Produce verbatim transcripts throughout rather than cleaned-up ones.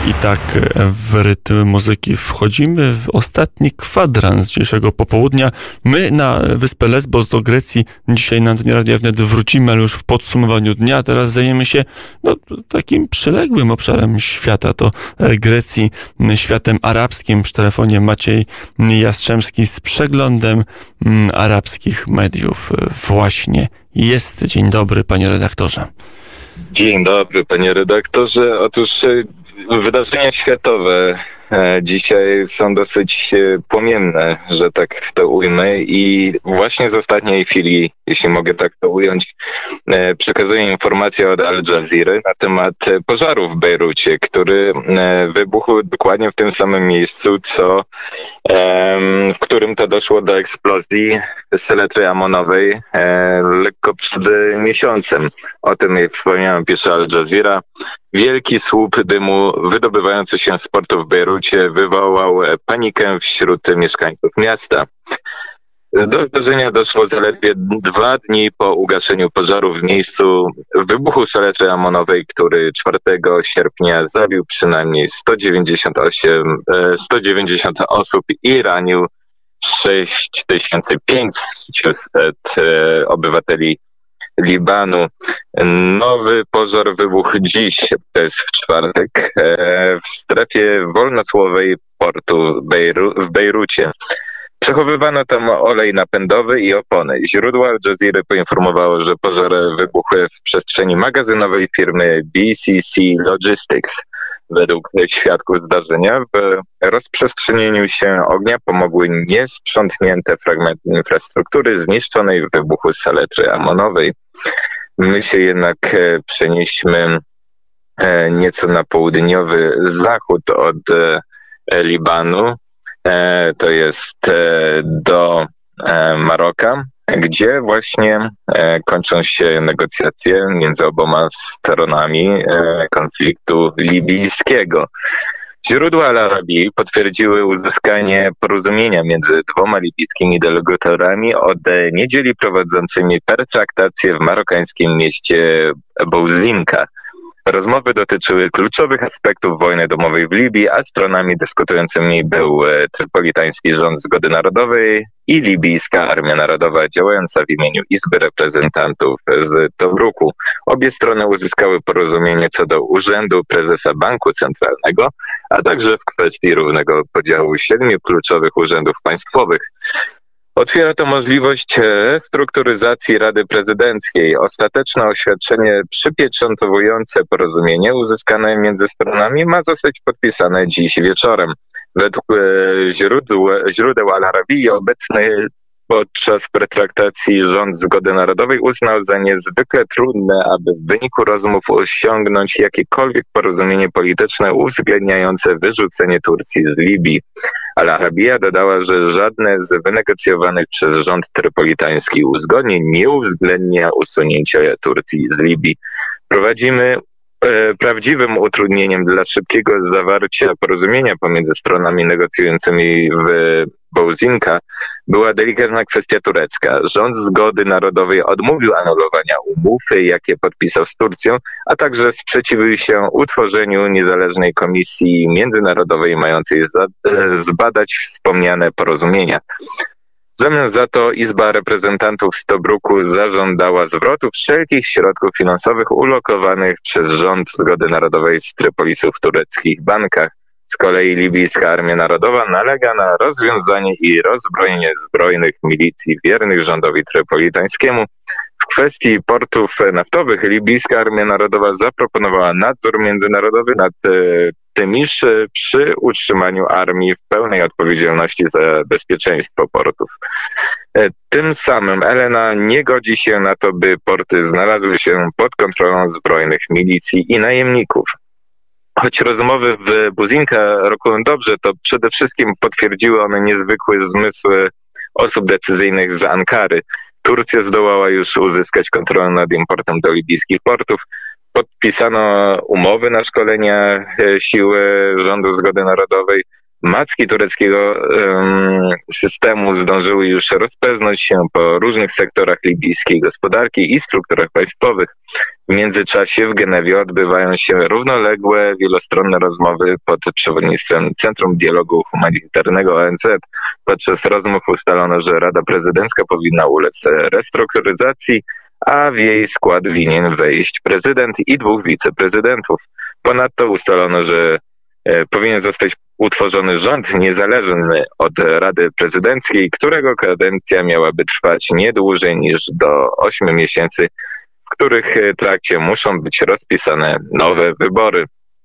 I tak w rytm muzyki wchodzimy w ostatni kwadrans dzisiejszego popołudnia. My na wyspę Lesbos do Grecji dzisiaj na antenie Radia Wnet wrócimy, ale już w podsumowaniu dnia. Teraz zajmiemy się no, takim przyległym obszarem świata. To Grecji, światem arabskim. Przy telefonie Maciej Jastrzębski z przeglądem arabskich mediów. Właśnie jest. Dzień dobry, panie redaktorze. Dzień dobry, panie redaktorze. Otóż wydarzenia światowe dzisiaj są dosyć płomienne, że tak to ujmę, i właśnie z ostatniej chwili, jeśli mogę tak to ująć, przekazuję informację od Al Jazeera na temat pożaru w Bejrucie, który wybuchł dokładnie w tym samym miejscu, co w którym to doszło do eksplozji seletry amonowej lekko przed miesiącem. O tym, jak wspomniałem, pisze Al Jazeera. Wielki słup dymu wydobywający się z portu w Bejrucie wywołał panikę wśród mieszkańców miasta. Do zdarzenia doszło zaledwie dwa dni po ugaszeniu pożaru w miejscu wybuchu saletry amonowej, który czwartego sierpnia zabił przynajmniej sto dziewięćdziesiąt osiem, sto dziewięćdziesiąt osób i ranił sześć tysięcy pięćset obywateli Libanu. Nowy pożar wybuchł dziś, to jest w czwartek, w strefie wolnocłowej portu Bejru, w Bejrucie. Przechowywano tam olej napędowy i opony. Źródło Al Jazeera poinformowało, że pożary wybuchły w przestrzeni magazynowej firmy B C C Logistics. Według świadków zdarzenia w rozprzestrzenieniu się ognia pomogły niesprzątnięte fragmenty infrastruktury zniszczonej w wybuchu saletry amonowej. My się jednak przenieśmy nieco na południowy zachód od Libanu. To jest do Maroka, gdzie właśnie kończą się negocjacje między oboma stronami konfliktu libijskiego. Źródła Al Arabii potwierdziły uzyskanie porozumienia między dwoma libijskimi delegatorami od niedzieli prowadzącymi pertraktacje w marokańskim mieście Bouzinka. Rozmowy dotyczyły kluczowych aspektów wojny domowej w Libii, a stronami dyskutującymi był Trypolitański Rząd Zgody Narodowej i Libijska Armia Narodowa działająca w imieniu Izby Reprezentantów z Tobruku. Obie strony uzyskały porozumienie co do urzędu prezesa Banku Centralnego, a także w kwestii równego podziału siedmiu kluczowych urzędów państwowych. Otwiera to możliwość restrukturyzacji Rady Prezydenckiej. Ostateczne oświadczenie przypieczętowujące porozumienie uzyskane między stronami ma zostać podpisane dziś wieczorem. Według źródeł, źródeł Al Arabii obecny podczas pretraktacji Rząd Zgody Narodowej uznał za niezwykle trudne, aby w wyniku rozmów osiągnąć jakiekolwiek porozumienie polityczne uwzględniające wyrzucenie Turcji z Libii. Al Arabia dodała, że żadne z wynegocjowanych przez rząd trypolitański uzgodnień nie uwzględnia usunięcia Turcji z Libii. Prowadzimy e, prawdziwym utrudnieniem dla szybkiego zawarcia porozumienia pomiędzy stronami negocjującymi w Bouzinka była delikatna kwestia turecka. Rząd Zgody Narodowej odmówił anulowania umów, jakie podpisał z Turcją, a także sprzeciwił się utworzeniu niezależnej komisji międzynarodowej mającej zbadać wspomniane porozumienia. W zamian za to Izba Reprezentantów z Tobruku zażądała zwrotu wszelkich środków finansowych ulokowanych przez Rząd Zgody Narodowej z Trypolisu w tureckich bankach. Z kolei Libijska Armia Narodowa nalega na rozwiązanie i rozbrojenie zbrojnych milicji wiernych rządowi trypolitańskiemu. W kwestii portów naftowych Libijska Armia Narodowa zaproponowała nadzór międzynarodowy nad e, tymiż e, przy utrzymaniu armii w pełnej odpowiedzialności za bezpieczeństwo portów. E, tym samym Elena nie godzi się na to, by porty znalazły się pod kontrolą zbrojnych milicji i najemników. Choć rozmowy w Bouzinka rokują dobrze, to przede wszystkim potwierdziły one niezwykły zmysł osób decyzyjnych z Ankary. Turcja zdołała już uzyskać kontrolę nad importem do libijskich portów. Podpisano umowy na szkolenia siły Rządu Zgody Narodowej. Macki tureckiego um, systemu zdążyły już rozpełznąć się po różnych sektorach libijskiej gospodarki i strukturach państwowych. W międzyczasie w Genewie odbywają się równoległe, wielostronne rozmowy pod przewodnictwem Centrum Dialogu Humanitarnego O N Z. Podczas rozmów ustalono, że Rada Prezydencka powinna ulec restrukturyzacji, a w jej skład winien wejść prezydent i dwóch wiceprezydentów. Ponadto ustalono, że powinien zostać utworzony rząd niezależny od Rady Prezydenckiej, którego kadencja miałaby trwać nie dłużej niż do ośmiu miesięcy, w których trakcie muszą być rozpisane nowe wybory.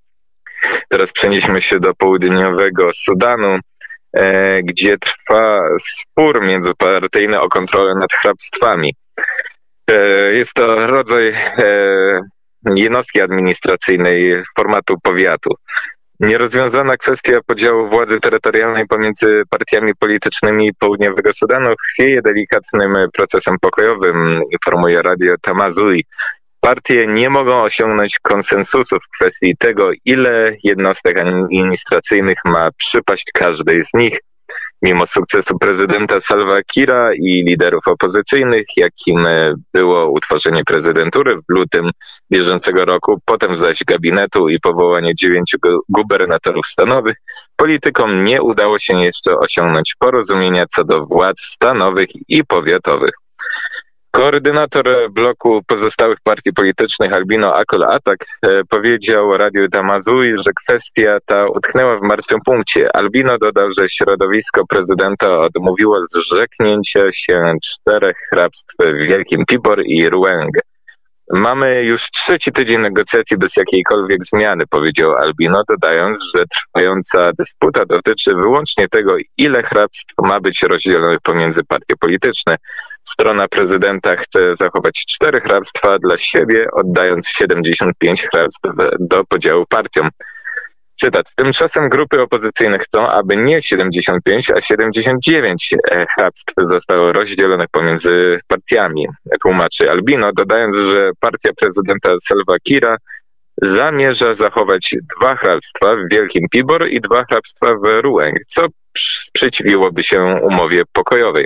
Teraz przenieśmy się do południowego Sudanu, e, gdzie trwa spór międzypartyjny o kontrolę nad hrabstwami. E, jest to rodzaj e, jednostki administracyjnej formatu powiatu. Nierozwiązana kwestia podziału władzy terytorialnej pomiędzy partiami politycznymi Południowego Sudanu chwieje delikatnym procesem pokojowym, informuje Radio Tamazui. Partie nie mogą osiągnąć konsensusu w kwestii tego, ile jednostek administracyjnych ma przypaść każdej z nich. Mimo sukcesu prezydenta Salva Kiira i liderów opozycyjnych, jakim było utworzenie prezydentury w lutym bieżącego roku, potem zaś gabinetu i powołanie dziewięciu gubernatorów stanowych, politykom nie udało się jeszcze osiągnąć porozumienia co do władz stanowych i powiatowych. Koordynator bloku pozostałych partii politycznych Albino Akol Atak powiedział Radiu Tamazui, że kwestia ta utknęła w martwym punkcie. Albino dodał, że środowisko prezydenta odmówiło zrzeknięcia się czterech hrabstw w Wielkim Pibor i Ruang. Mamy już trzeci tydzień negocjacji bez jakiejkolwiek zmiany, powiedział Albino, dodając, że trwająca dysputa dotyczy wyłącznie tego, ile hrabstw ma być rozdzielonych pomiędzy partie polityczne. Strona prezydenta chce zachować cztery hrabstwa dla siebie, oddając siedemdziesiąt pięć hrabstw do podziału partiom. Cytat. Tymczasem grupy opozycyjne chcą, aby nie siedemdziesiąt pięć, a siedemdziesiąt dziewięć hrabstw zostało rozdzielonych pomiędzy partiami, tłumaczy Albino, dodając, że partia prezydenta Salva Kiira zamierza zachować dwa hrabstwa w Wielkim Pibor i dwa hrabstwa w Ruang, co sprzeciwiłoby się umowie pokojowej.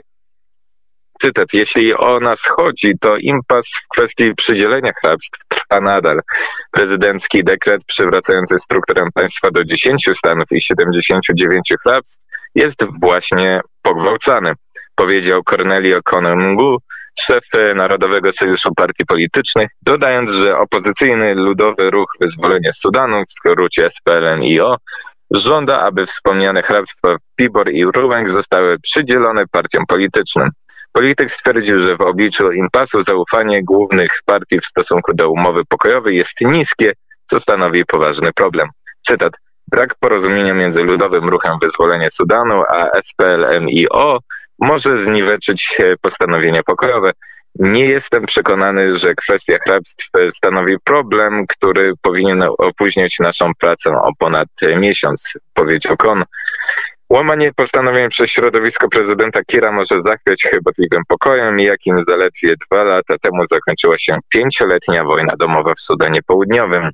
Cytat. Jeśli o nas chodzi, to impas w kwestii przydzielenia hrabstw trwa nadal. Prezydencki dekret przywracający strukturę państwa do dziesięciu stanów i siedemdziesięciu dziewięciu hrabstw jest właśnie pogwałcany, powiedział Cornelio Konongu, szef Narodowego Sojuszu Partii Politycznych, dodając, że opozycyjny Ludowy Ruch Wyzwolenia Sudanu, w skrócie S P L M I O, żąda, aby wspomniane hrabstwa w Pibor i Ruang zostały przydzielone partiom politycznym. Polityk stwierdził, że w obliczu impasu zaufanie głównych partii w stosunku do umowy pokojowej jest niskie, co stanowi poważny problem. Cytat. Brak porozumienia między Ludowym Ruchem Wyzwolenia Sudanu a S P L M I O może zniweczyć postanowienia pokojowe. Nie jestem przekonany, że kwestia hrabstw stanowi problem, który powinien opóźnić naszą pracę o ponad miesiąc, powiedział Kon. Łamanie postanowień przez środowisko prezydenta Kiira może zachwiać chybotliwym pokojem, jakim zaledwie dwa lata temu zakończyła się pięcioletnia wojna domowa w Sudanie Południowym.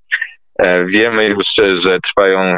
Wiemy już, że trwają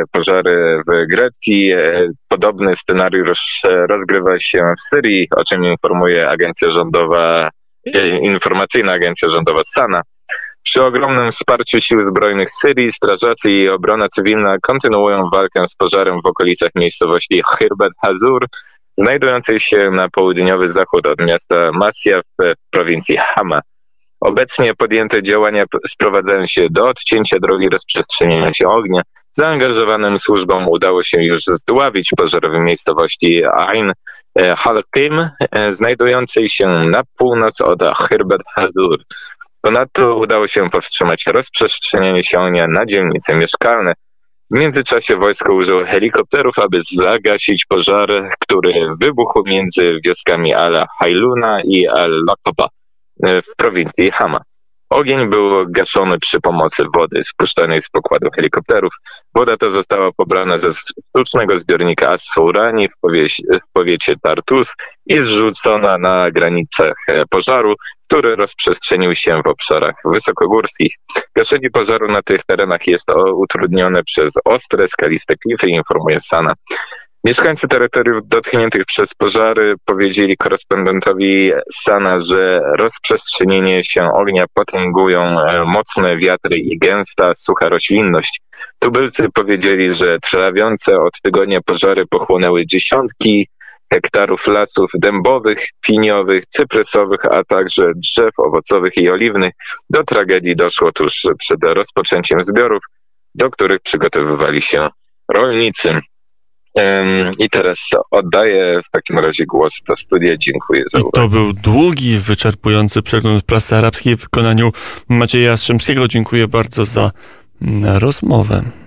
pożary w Grecji. Podobny scenariusz rozgrywa się w Syrii, o czym informuje agencja rządowa, informacyjna agencja rządowa SANA. Przy ogromnym wsparciu sił zbrojnych Syrii, strażacy i obrona cywilna kontynuują walkę z pożarem w okolicach miejscowości Khirbet Hazur, znajdującej się na południowy zachód od miasta Masja w prowincji Hama. Obecnie podjęte działania sprowadzają się do odcięcia drogi rozprzestrzeniania się ognia. Zaangażowanym służbom udało się już zdławić pożar w miejscowości Ain Halkim, znajdującej się na północ od Khirbet Hazur. Ponadto udało się powstrzymać rozprzestrzenianie się ognia na dzielnice mieszkalne. W międzyczasie wojsko użyło helikopterów, aby zagasić pożar, który wybuchł między wioskami Al-Hailuna i Al-Laqaba w prowincji Hama. Ogień był gaszony przy pomocy wody spuszczanej z pokładu helikopterów. Woda ta została pobrana ze sztucznego zbiornika As-Sourani w, powieś- w powiecie Tartus i zrzucona na granicach pożaru, który rozprzestrzenił się w obszarach wysokogórskich. Gaszenie pożaru na tych terenach jest utrudnione przez ostre, skaliste klify, informuje Sana. Mieszkańcy terytoriów dotkniętych przez pożary powiedzieli korespondentowi Sana, że rozprzestrzenienie się ognia potęgują mocne wiatry i gęsta, sucha roślinność. Tubylcy powiedzieli, że trawiące od tygodnia pożary pochłonęły dziesiątki hektarów lasów dębowych, piniowych, cyprysowych, a także drzew owocowych i oliwnych. Do tragedii doszło tuż przed rozpoczęciem zbiorów, do których przygotowywali się rolnicy. I teraz oddaję w takim razie głos do studia. Dziękuję za uwagę. I to był długi, wyczerpujący przegląd prasy arabskiej w wykonaniu Macieja Jastrzębskiego. Dziękuję bardzo za rozmowę.